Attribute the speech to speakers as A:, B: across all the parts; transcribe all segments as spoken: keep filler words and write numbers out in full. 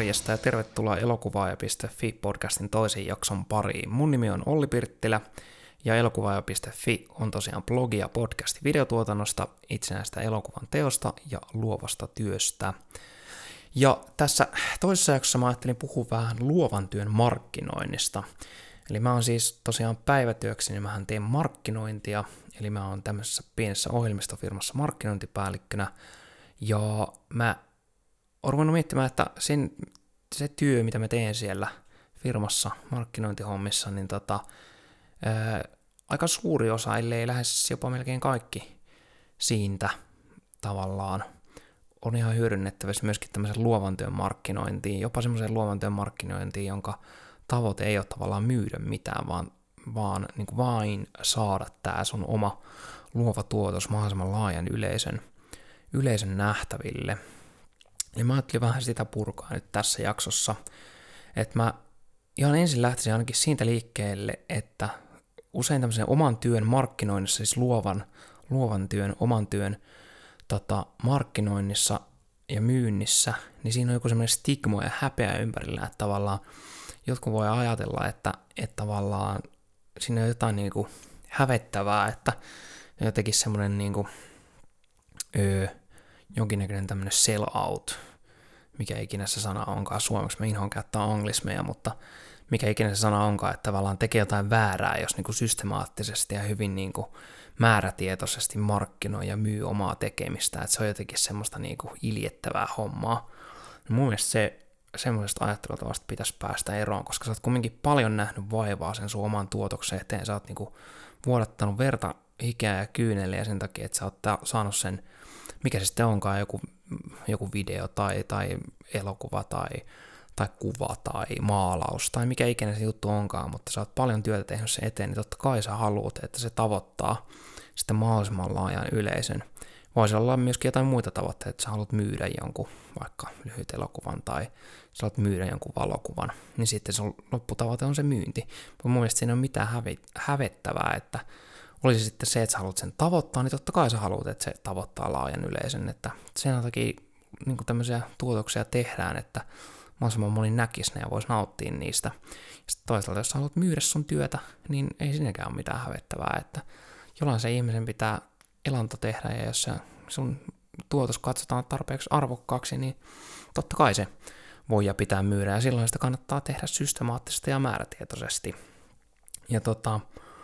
A: Morjesta ja tervetuloa elokuvaaja piste fi podcastin toisen jakson pariin. Mun nimi on Olli Pirttilä ja elokuvaaja piste fi on tosiaan blogi ja podcasti videotuotannosta, itsenäistä elokuvan teosta ja luovasta työstä. Ja tässä toisessa jaksossa mä ajattelin puhua vähän luovan työn markkinoinnista. Eli mä oon siis tosiaan päivätyökseni, niin mähän teen markkinointia, eli mä oon tämmöisessä pienessä ohjelmistofirmassa markkinointipäällikkönä, ja mä oon ruvennut miettimään, että sen, se työ, mitä mä teen siellä firmassa markkinointihommissa, niin tota, ää, aika suuri osa, ellei lähes jopa melkein kaikki siitä tavallaan on ihan hyödynnettävissä myöskin tämmöisen luovan työn markkinointiin, jopa semmoisen luovan työn markkinointiin, jonka tavoite ei ole tavallaan myydä mitään, vaan, vaan niin kuin vain saada tämä sun oma luova tuotos mahdollisimman laajan yleisön, yleisön nähtäville. Ja mä ajattelin vähän sitä purkaa nyt tässä jaksossa, että mä ihan ensin lähtisin ainakin siitä liikkeelle, että usein tämmöisen oman työn markkinoinnissa, siis luovan, luovan työn, oman työn tota, markkinoinnissa ja myynnissä, niin siinä on joku semmoinen stigma ja häpeä ympärillä, että tavallaan jotkut voi ajatella, että, että tavallaan siinä on jotain niin kuin hävettävää, että jotenkin semmoinen niin kuin, öö, jonkinnäköinen tämmöinen sell out, mikä ikinä se sana onkaan suomeksi, mä inhoan käyttää anglismeja, mutta mikä ikinä se sana onkaan, että tavallaan tekee jotain väärää, jos niin kuin systemaattisesti ja hyvin niin kuin määrätietoisesti markkinoi ja myy omaa tekemistä, että se on jotenkin semmoista niin kuin iljettävää hommaa. No mun mielestä se semmoisesta ajattelutavasta pitäisi päästä eroon, koska sä oot kumminkin paljon nähnyt vaivaa sen sun oman tuotoksen eteen, sä oot niinku vuodattanut verta, hikeä ja kyyneliä sen takia, että sä oot ta- saanut sen, mikä se sitten onkaan, joku, joku video tai, tai elokuva tai, tai kuva tai maalaus tai mikä ikinä se juttu onkaan, mutta sä oot paljon työtä tehnyt sen eteen, niin totta kai sä haluat, että se tavoittaa sitten mahdollisimman laajan yleisön. Voisi olla myöskin jotain muita tavoitteita, että sä haluat myydä jonkun vaikka lyhyt elokuvan tai sä haluat myydä jonkun valokuvan, niin sitten sun lopputavoite on se myynti. Mutta mun mielestä siinä ei ole mitään hävi- hävettävää, että olisi sitten se, että sä haluat sen tavoittaa, niin totta kai sä haluat, että se tavoittaa laajan yleisön, että sen takia niin tämmöisiä tuotoksia tehdään, että mahdollisimman moni näkisi ne ja voisi nauttia niistä. Sitten toisaalta, jos sä haluat myydä sun työtä, niin ei siinäkään ole mitään hävettävää, että jollain se ihmisen pitää elanto tehdä, ja jos sun tuotos katsotaan tarpeeksi arvokkaaksi, niin totta kai se voi ja pitää myydä, ja silloin sitä kannattaa tehdä systemaattisesti ja määrätietoisesti. Ja tota,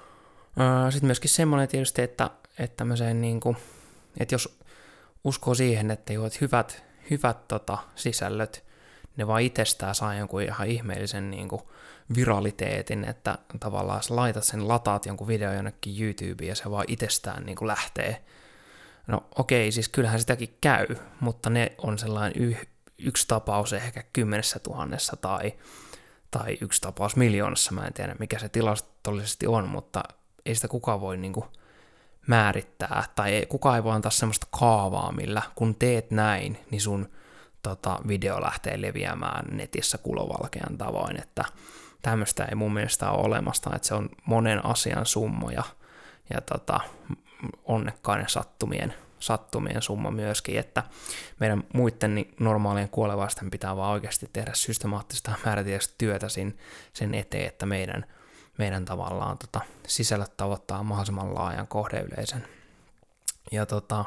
A: sitten myöskin semmoinen tietysti, että, että, niin kuin, että jos uskoo siihen, että, jo, että hyvät, hyvät tota, sisällöt, ne vaan itsestään saa jonkun ihan ihmeellisen niin kuin viraliteetin, että tavallaan sä laitat sen, lataat jonkun video jonnekin YouTubeen ja se vaan itsestään niin kuin lähtee. No okei, siis kyllähän sitäkin käy, mutta ne on sellainen y- yksi tapaus ehkä kymmenessä tuhannessa tai, tai yksi tapaus miljoonassa, mä en tiedä mikä se tilastollisesti on, mutta ei sitä kukaan voi niin kuin määrittää, tai ei, kukaan ei voi antaa semmoista kaavaa, millä kun teet näin, niin sun tota, video lähtee leviämään netissä kulovalkean tavoin, että tämmöistä ei mun mielestä ole olemasta, että se on monen asian summa ja, ja tota, onnekkainen sattumien, sattumien summa myöskin, että meidän muiden niin normaalien kuolevaisten pitää vaan oikeasti tehdä systemaattista määrätietoista työtä sen, sen eteen, että meidän, meidän tavallaan tota, sisällöt tavoittaa mahdollisimman laajan kohdeyleisön. Ja tota,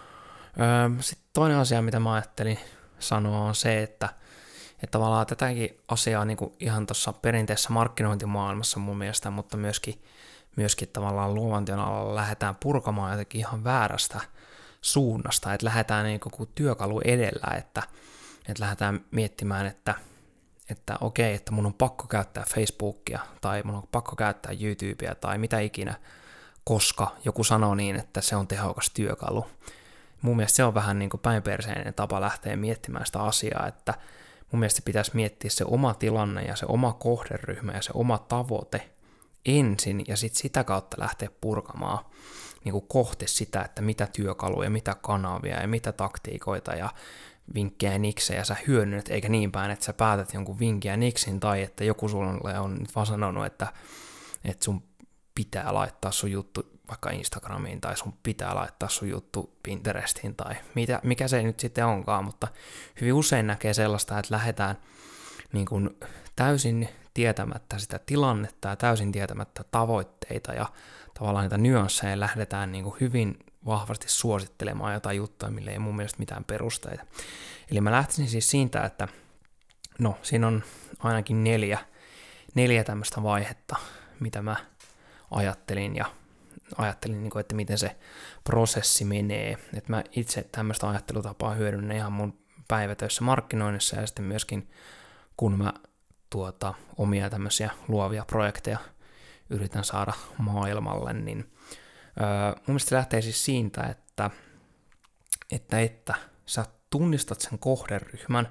A: sitten toinen asia, mitä mä ajattelin sanoa, on se, että Että tavallaan tätäkin asiaa niin kuin ihan tuossa perinteisessä markkinointimaailmassa mun mielestä, mutta myöskin, myöskin tavallaan luovan työn alalla lähdetään purkamaan jotenkin ihan väärästä suunnasta, että lähdetään niin kuin työkalu edellä, että, että lähdetään miettimään, että, että okei, että mun on pakko käyttää Facebookia tai mun on pakko käyttää YouTubea tai mitä ikinä, koska joku sanoo niin, että se on tehokas työkalu. Mun mielestä se on vähän niin kuin päinperseinen tapa lähteä miettimään sitä asiaa, että mun mielestä pitäisi miettiä se oma tilanne ja se oma kohderyhmä ja se oma tavoite ensin ja sitten sitä kautta lähteä purkamaan niin kuin kohti sitä, että mitä työkaluja, mitä kanavia ja mitä taktiikoita ja vinkkejä ja niksejä sä hyödynnät, eikä niin päin, että sä päätät jonkun vinkin ja niksin tai että joku sulle on nyt vaan sanonut, että, että sun pitää laittaa sun juttu vaikka Instagramiin, tai sun pitää laittaa sun juttu Pinterestiin, tai mitä, mikä se nyt sitten onkaan, mutta hyvin usein näkee sellaista, että lähdetään niin kuin täysin tietämättä sitä tilannetta ja täysin tietämättä tavoitteita ja tavallaan niitä nyansseja lähdetään niin kuin hyvin vahvasti suosittelemaan jotain juttuja, mille ei mun mielestä mitään perusteita. Eli mä lähtisin siis siitä, että no, siinä on ainakin neljä, neljä tämmöistä vaihetta, mitä mä ajattelin ja ajattelin, että miten se prosessi menee. Että mä itse tämmöistä ajattelutapaa hyödynnän ihan mun päivätöissä markkinoinnissa ja sitten myöskin kun mä tuota, omia tämmöisiä luovia projekteja yritän saada maailmalle, niin öö, mun mielestä se lähtee siis siitä, että, että, että sä tunnistat sen kohderyhmän,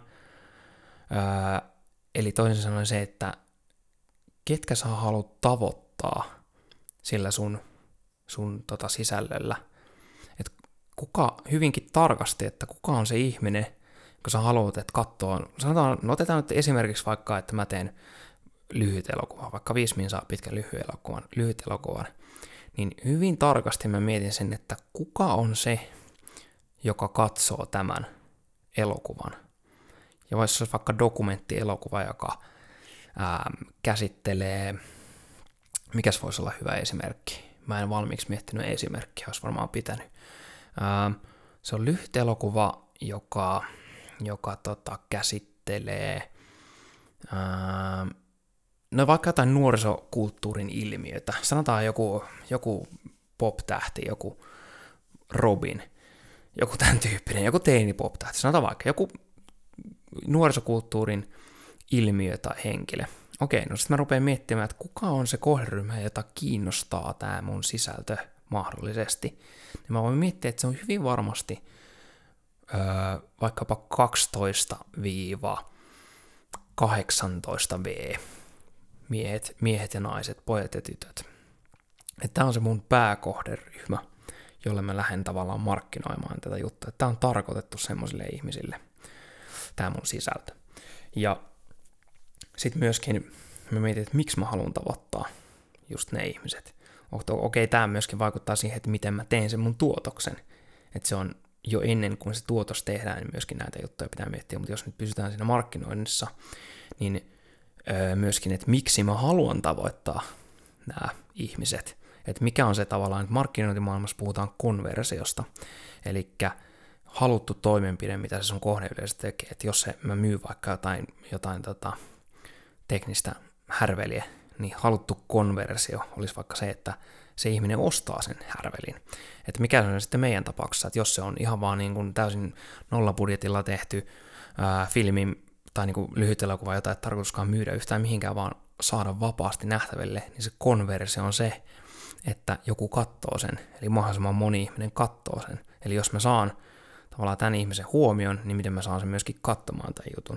A: öö, eli toisin sanoen se, että ketkä sä haluat tavoittaa sillä sun, sun tota sisällöllä. Et kuka hyvinkin tarkasti, että kuka on se ihminen, kun sä haluat, että katsoa, sanotaan, no otetaan nyt esimerkiksi vaikka, että mä teen lyhyt elokuva, vaikka viisi minsaa pitkän lyhyen elokuvan, lyhyt elokuvan, niin hyvin tarkasti mä mietin sen, että kuka on se, joka katsoo tämän elokuvan. Ja voisi olla vaikka dokumenttielokuva, joka ää, käsittelee, mikäs voisi olla hyvä esimerkki? Mä en valmiiksi miettinyt esimerkkiä, olisi varmaan pitänyt. Ää, se on lyhyt elokuva, joka, joka tota, käsittelee ää, no vaikka jotain nuorisokulttuurin ilmiötä. Sanotaan joku, joku pop-tähti, joku Robin, joku tämän tyyppinen, joku teini-pop-tähti. Sanotaan vaikka joku nuorisokulttuurin ilmiö tai henkilö. Okei, no sitten mä rupean miettimään, että kuka on se kohderyhmä, jota kiinnostaa tämä mun sisältö mahdollisesti. Ja mä voin miettiä, että se on hyvin varmasti öö, vaikkapa kaksitoista kahdeksantoista vuotiaat miehet, miehet ja naiset, pojat ja tytöt. Tämä on se mun pääkohderyhmä, jolle mä lähden tavallaan markkinoimaan tätä juttua. Tämä on tarkoitettu semmoisille ihmisille, tämä mun sisältö. Ja sitten myöskin mä mietin, että miksi mä haluan tavoittaa just ne ihmiset. Okei, tämä myöskin vaikuttaa siihen, että miten mä teen sen mun tuotoksen. Että se on jo ennen kuin se tuotos tehdään, niin myöskin näitä juttuja pitää miettiä. Mutta jos nyt pysytään siinä markkinoinnissa, niin öö, myöskin, että miksi mä haluan tavoittaa nämä ihmiset. Että mikä on se tavallaan, että markkinointimaailmassa puhutaan konversiosta. Eli haluttu toimenpide, mitä se sun kohdeyleisö tekee. Että jos se, mä myyn vaikka jotain, jotain tota, teknistä härveliä, niin haluttu konversio olisi vaikka se, että se ihminen ostaa sen härvelin. Että mikä se on sitten meidän tapauksessa, että jos se on ihan vaan niin kuin täysin nollabudjetilla tehty ää, filmi tai niin kuin lyhyt elokuva, jota ei tarkoituskaan myydä yhtään mihinkään, vaan saada vapaasti nähtäville, niin se konversio on se, että joku katsoo sen, eli mahdollisimman moni ihminen katsoo sen. Eli jos mä saan tavallaan tämän ihmisen huomion, niin miten mä saan sen myöskin katsomaan tämän jutun.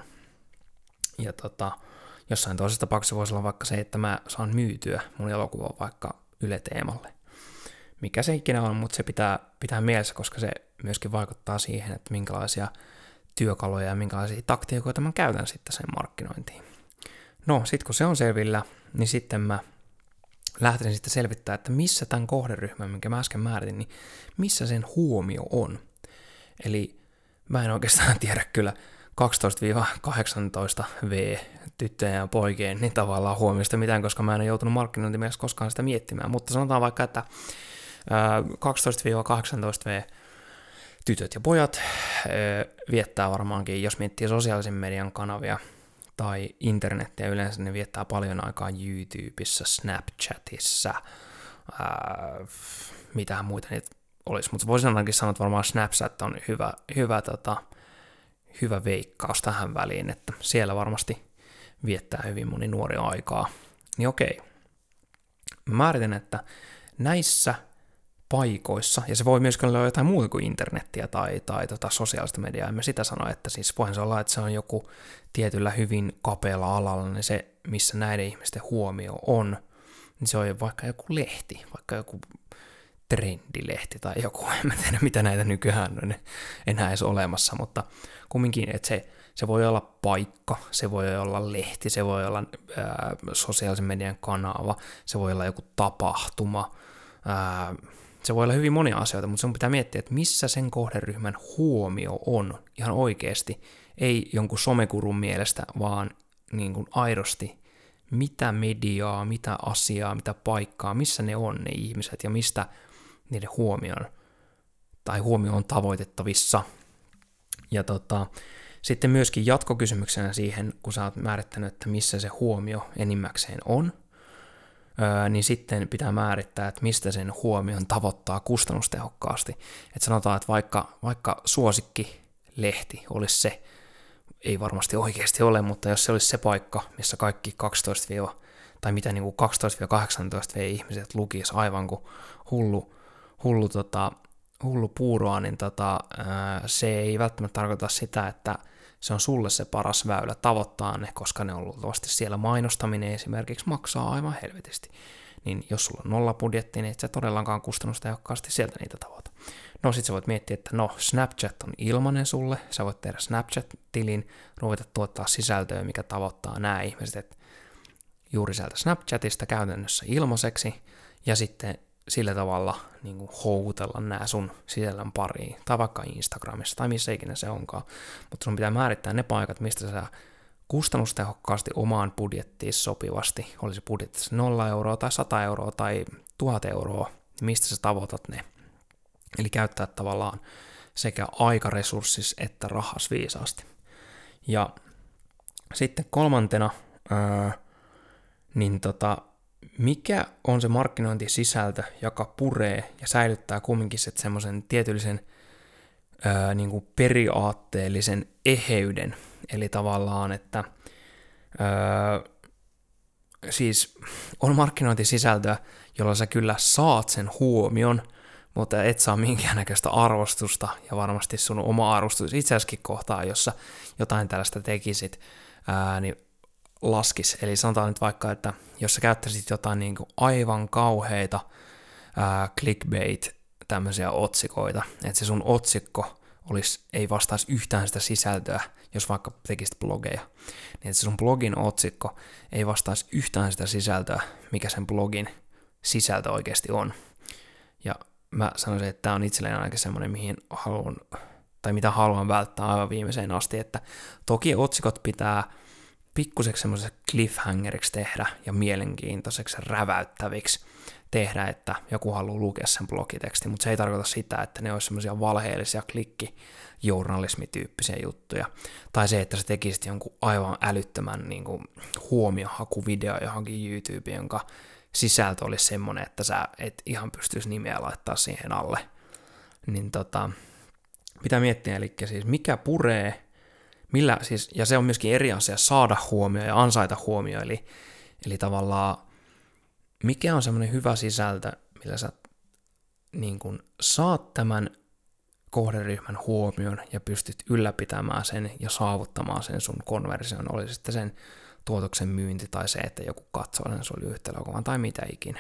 A: Ja tota, jossain toisessa tapauksessa voisi olla vaikka se, että mä saan myytyä mun elokuvaa vaikka Yle Teemalle. Mikä se ikinä on, mutta se pitää, pitää mielessä, koska se myöskin vaikuttaa siihen, että minkälaisia työkaluja ja minkälaisia taktiikoita mä käytän sitten sen markkinointiin. No, sit kun se on selvillä, niin sitten mä lähtisin sitten selvittämään, että missä tämän kohderyhmän, minkä mä äsken määritin, niin missä sen huomio on. Eli mä en oikeastaan tiedä kyllä kaksitoista kahdeksantoista vuotiaiden tyttöjen ja poikien niin tavallaan huomioista mitään, koska mä en ole joutunut markkinointimielessä koskaan sitä miettimään. Mutta sanotaan vaikka, että kaksitoista kahdeksantoista vuotiaat tytöt ja pojat viettää varmaankin, jos miettii sosiaalisen median kanavia tai internettiä yleensä, ne viettää paljon aikaa YouTubessa, Snapchatissa, ää, mitähän muita niitä olisi. Mutta voisin ainakin sanoa, että varmaan Snapchat on hyvä, hyvä, tota, hyvä veikkaus tähän väliin, että siellä varmasti viettää hyvin moni nuori aikaa. Niin okei, mä määritän, että näissä paikoissa, ja se voi myöskin olla jotain muuta kuin internettiä tai, tai tota sosiaalista mediaa, en mä sitä sano, että siis voihan se olla, että se on joku tietyllä hyvin kapealla alalla, niin se, missä näiden ihmisten huomio on, niin se on vaikka joku lehti, vaikka joku trendilehti tai joku, en mä tiedä mitä näitä nykyään on enää edes olemassa, mutta kumminkin, että se, se voi olla paikka, se voi olla lehti, se voi olla ää, sosiaalisen median kanava, se voi olla joku tapahtuma, ää, se voi olla hyvin monia asioita, mutta sun pitää miettiä, että missä sen kohderyhmän huomio on ihan oikeasti, ei jonkun somekurun mielestä, vaan niin kuin aidosti, mitä mediaa, mitä asiaa, mitä paikkaa, missä ne on ne ihmiset ja mistä niiden huomioon tai huomio on tavoitettavissa. Ja tota, sitten myöskin jatkokysymyksenä siihen, kun sä oot määrittänyt, että missä se huomio enimmäkseen on, öö, niin sitten pitää määrittää, että mistä sen huomion tavoittaa kustannustehokkaasti. Että sanotaan, että vaikka, vaikka suosikkilehti olisi se, ei varmasti oikeasti ole, mutta jos se olisi se paikka, missä kaikki kaksitoista tai mitä niin kuin kaksitoista kahdeksantoista ihmiset lukisi aivan kuin hullu, hullu, tota, hullu puuroa, niin tota, ää, se ei välttämättä tarkoita sitä, että se on sulle se paras väylä tavoittaa ne, koska ne on luultavasti siellä mainostaminen esimerkiksi maksaa aivan helvetisti. Niin jos sulla on nolla budjetti, niin et sä todellakaan kustannustehokkaasti sieltä niitä tavoita. No sit sä voit miettiä, että no Snapchat on ilmainen sulle, sä voit tehdä Snapchat-tilin, ruveta tuottaa sisältöä, mikä tavoittaa nämä ihmiset, että juuri sieltä Snapchatista käytännössä ilmaiseksi, ja sitten sillä tavalla niin kuin houkutella nämä sun sisällön pariin, tai vaikka Instagramissa, tai missä ikinä se onkaan. Mutta sun pitää määrittää ne paikat, mistä sä kustannustehokkaasti omaan budjettiin sopivasti, olisi budjettissa nolla euroa, tai sata euroa, tai tuhat euroa, mistä sä tavoitat ne. Eli käyttää tavallaan sekä aikaresurssis että rahas viisaasti. Ja sitten kolmantena, ää, niin tota, mikä on se markkinointisisältö, joka puree ja säilyttää kumminkin semmoisen tietyllisen ää, niin kuin periaatteellisen eheyden. Eli tavallaan, että ää, siis on markkinointisisältöä, jolla sä kyllä saat sen huomion, mutta et saa minkäännäköistä arvostusta, ja varmasti sun oma arvostus itseäskin kohtaa, jossa jotain tällaista tekisit, ää, niin laskis. Eli sanotaan nyt vaikka, että jos sä käyttäisit jotain niin kuin aivan kauheita ää, clickbait, tämmöisiä otsikoita, että se sun otsikko olisi, ei vastaisi yhtään sitä sisältöä, jos vaikka tekisit blogeja, niin että se sun blogin otsikko ei vastaisi yhtään sitä sisältöä, mikä sen blogin sisältö oikeasti on. Ja mä sanoisin, että tämä on itselleen ainakin semmoinen, mihin haluan, tai mitä haluan välttää aivan viimeiseen asti, että toki otsikot pitää pikkuseksi semmoiseksi cliffhangeriksi tehdä ja mielenkiintoiseksi räväyttäviksi tehdä, että joku haluaa lukea sen blogitekstin, mutta se ei tarkoita sitä, että ne olisi semmoisia valheellisia klikkijournalismityyppisiä juttuja, tai se, että sä tekisit jonkun aivan älyttömän niin kuin huomiohakuvideo johonkin YouTubeen, jonka sisältö olisi semmoinen, että sä et ihan pystyisi nimeä laittaa siihen alle. Niin tota, pitää miettiä, eli siis mikä puree, millä siis, ja se on myöskin eri asia saada huomioon ja ansaita huomioon, eli, eli tavallaan mikä on semmoinen hyvä sisältö, millä sä niin kun saat tämän kohderyhmän huomioon ja pystyt ylläpitämään sen ja saavuttamaan sen sun konversion, oli sitten sen tuotoksen myynti tai se, että joku katsoo sen sun yhtälökuvan tai mitä ikinä.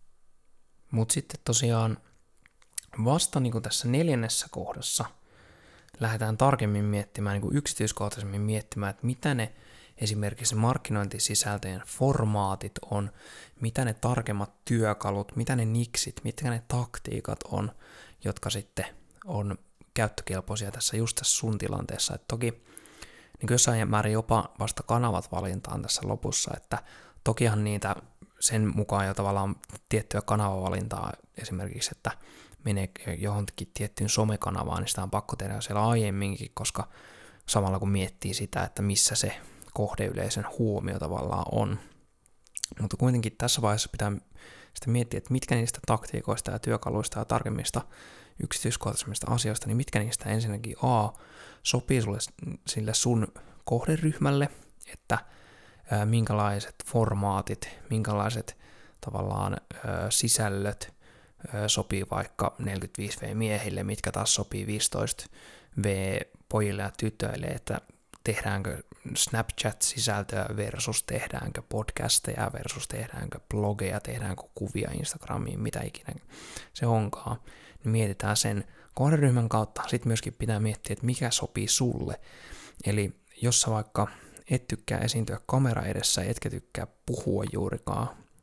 A: Mutta sitten tosiaan vasta niin kuin tässä neljännessä kohdassa lähdetään tarkemmin miettimään, niin kuin yksityiskohtaisemmin miettimään, että mitä ne esimerkiksi markkinointisisältöjen formaatit on, mitä ne tarkemmat työkalut, mitä ne niksit, mitkä ne taktiikat on, jotka sitten on käyttökelpoisia tässä just tässä sun tilanteessa. Et toki niin jossain määrin jopa vasta kanavat valintaan tässä lopussa, että tokihan niitä sen mukaan jo tavallaan tiettyä kanavavalintaa esimerkiksi, että menee johonkin tiettyyn somekanavaan, niin sitä on pakko tehdä siellä aiemminkin, koska samalla kun miettii sitä, että missä se kohdeyleisön huomio tavallaan on. Mutta kuitenkin tässä vaiheessa pitää sitten miettiä, että mitkä niistä taktiikoista ja työkaluista ja tarkemmista yksityiskohtaisemmista asioista, niin mitkä niistä ensinnäkin A sopii sulle sille sun kohderyhmälle, että ää, minkälaiset formaatit, minkälaiset tavallaan ää, sisällöt ää, sopii vaikka neljäkymmentäviisi vuotiaille miehille, mitkä taas sopii viisitoista vuotiaille pojille ja tytöille, että tehdäänkö Snapchat-sisältöä versus tehdäänkö podcasteja versus tehdäänkö blogeja, tehdäänkö kuvia Instagramiin, mitä ikinä se onkaan. Niin mietitään sen kohderyhmän kautta. Sitten myöskin pitää miettiä, että mikä sopii sulle. Eli jos sä vaikka et tykkää esiintyä kamera edessä, etkä tykkää puhua juurikaan,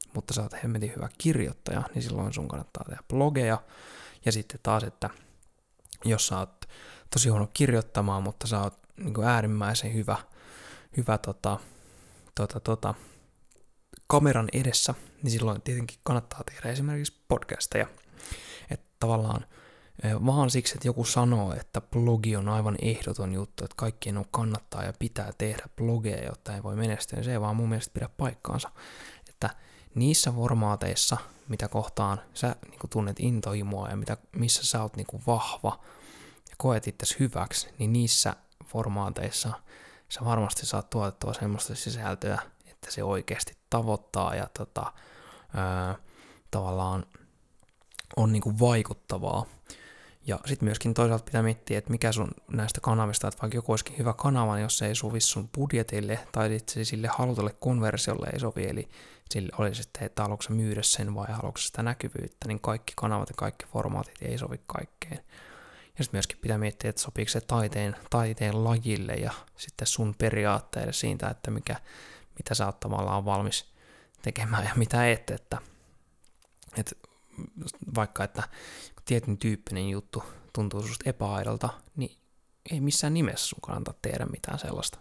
A: mutta sä oot hemmetin hyvä kirjoittaja, niin silloin sun kannattaa tehdä blogeja. Ja sitten taas, että jos sä oot tosi huono kirjoittamaan, mutta sä oot niin kuin äärimmäisen hyvä, hyvä tota, tota, tota, kameran edessä, niin silloin tietenkin kannattaa tehdä esimerkiksi podcasteja. Että tavallaan vaan siksi, että joku sanoo, että blogi on aivan ehdoton juttu, että kaikkien on kannattaa ja pitää tehdä blogeja, jotta ei voi menestyä, niin se ei vaan mun mielestä pidä paikkaansa. Että niissä formaateissa, mitä kohtaan sä niin kuin tunnet intohimoa ja mitä, missä sä oot niin kuin vahva ja koet itsesi hyväksi, niin niissä formaateissa sä varmasti saat tuotettua semmoista sisältöä, että se oikeasti tavoittaa ja tota, ää, tavallaan on niin kuin vaikuttavaa. Ja sitten myöskin toisaalta pitää miettiä, että mikä sun näistä kanavista, että vaikka joku olisikin hyvä kanava, niin jos se ei sovi sun budjetille tai sitten sille halutulle konversiolle ei sovi, eli sille oli sitten, että haluatko sä myydä sen vai haluatko sitä näkyvyyttä, niin kaikki kanavat ja kaikki formaatit ei sovi kaikkeen. Ja sitten myöskin pitää miettiä, että sopiiko se taiteen, taiteen lajille ja sitten sun periaatteille siitä, että mikä, mitä sä oot tavallaan valmis tekemään ja mitä et, että, että vaikka että tietyn tyyppinen juttu tuntuu susta epäaidolta, niin ei missään nimessä sun kannata tehdä mitään sellaista.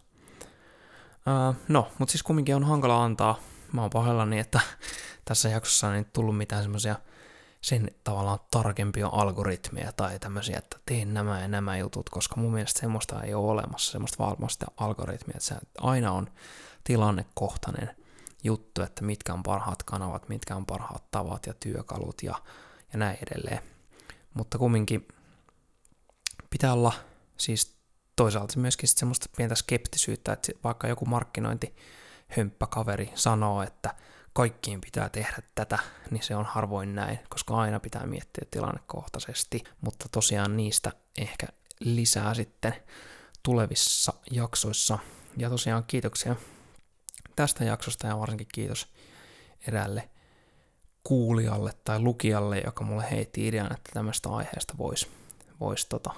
A: Uh, no, mutta siis kumminkin on hankala antaa. Mä oon pahoillani, että tässä jaksossa ei tullut mitään semmoisia sen tavallaan tarkempia algoritmeja tai tämmöisiä, että teen nämä ja nämä jutut, koska mun mielestä semmoista ei ole olemassa, semmoista valmasta algoritmia, että se aina on tilannekohtainen juttu, että mitkä on parhaat kanavat, mitkä on parhaat tavat ja työkalut ja, ja näin edelleen. Mutta kumminkin pitää olla siis toisaalta myöskin semmoista pientä skeptisyyttä, että vaikka joku markkinointihömppäkaveri sanoo, että kaikkien pitää tehdä tätä, niin se on harvoin näin, koska aina pitää miettiä tilannekohtaisesti, mutta tosiaan niistä ehkä lisää sitten tulevissa jaksoissa. Ja tosiaan kiitoksia tästä jaksosta ja varsinkin kiitos eräälle kuulijalle tai lukijalle, joka mulle heitti idean, että tämmöistä aiheesta voisi vois tota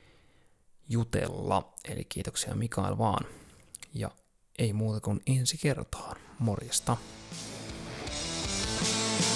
A: jutella. Eli kiitoksia Mikael vaan. Ja ei muuta kuin ensi kertaan. Morjesta.